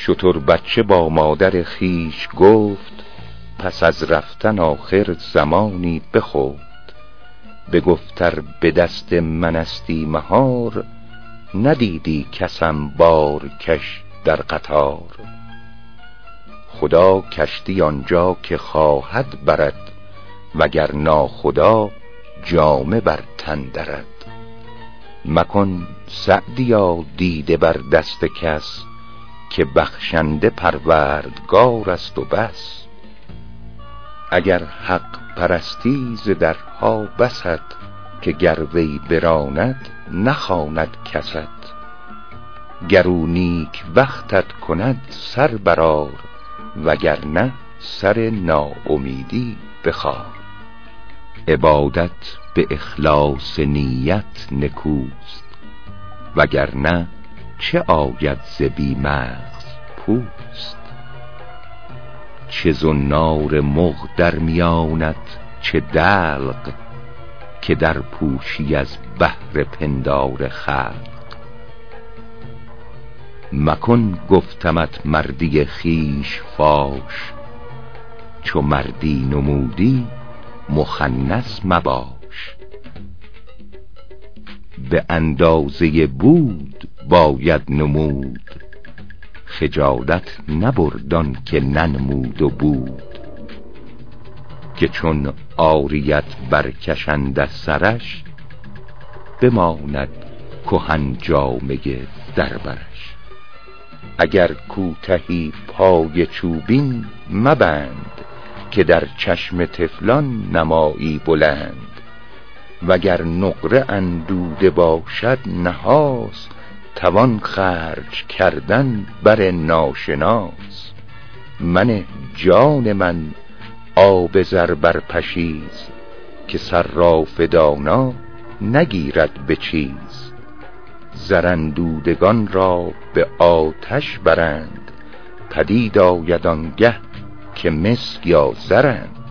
شتر بچه با مادر خیش گفت، پس از رفتن آخر زمانی بخفت. بگفتر به دست منستی مهار، ندیدی کسم بار کش در قطار. خدا کشتی آنجا که خواهد برد، وگر ناخدا جامه بر تن درد. مکن سعدیا دیده بر دست کس، که بخشنده پروردگار است و بس. اگر حق پرستی ز درها بست، که گر وی براند نخواند کست. گر او نیک بختت کند سر برآر، وگر نه سر ناامیدی بخار. عبادت به اخلاص نیت نکوست، وگر نه چه آید ز بی مغز پوست. چه زنار مغ در میانت چه دلق، که در پوشی از بهر پندار خلق. مکن گفتمت مردی خیش فاش، چو مردی نمودی مخنث مباش. به اندازه بود باید نمود، خجالت نبرد آن که ننمود و بود. که چون عاریت برکشند از سرش، بماند کهن جامه در برش. اگر کوتهی پای چوبین مبند، که در چشم طفلان نمایی بلند. وگر نقره اندوده باشد نحاس، توان خرج کردن بر ناشناس. منه جان من آب زر بر پشیز، که صراف دانا نگیرد به چیز. زراندودگان را به آتش برند، پدید آید آنگه که مس یا زرند.